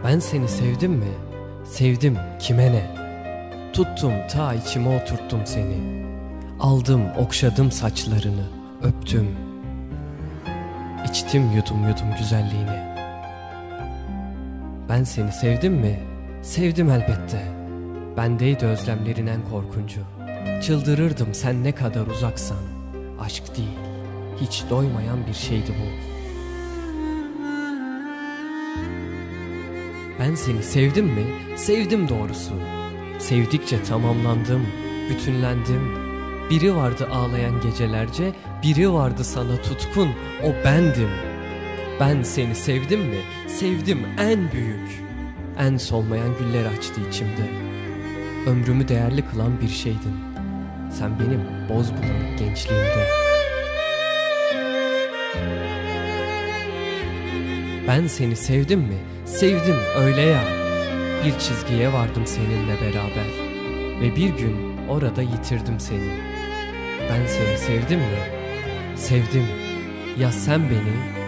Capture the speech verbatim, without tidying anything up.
Ben seni sevdim mi? Sevdim, kime ne? Tuttum ta içime oturttum seni. Aldım okşadım saçlarını, öptüm. İçtim yudum yudum güzelliğini. Ben seni sevdim mi? Sevdim elbette. Bendeydi özlemlerin en korkuncu. Çıldırırdım sen ne kadar uzaksan. Aşk değil, hiç doymayan bir şeydi bu. Ben seni sevdim mi? Sevdim doğrusu. Sevdikçe tamamlandım, bütünlendim. Biri vardı ağlayan gecelerce, biri vardı sana tutkun, o bendim. Ben seni sevdim mi? Sevdim en büyük. En solmayan güller açtı içimde. Ömrümü değerli kılan bir şeydin. Sen benim boz bulanık gençliğimde. Ben seni sevdim mi? Sevdim öyle ya. Bir çizgiye vardım seninle beraber. Ve bir gün orada yitirdim seni. Ben seni sevdim mi? Sevdim. Ya sen beni?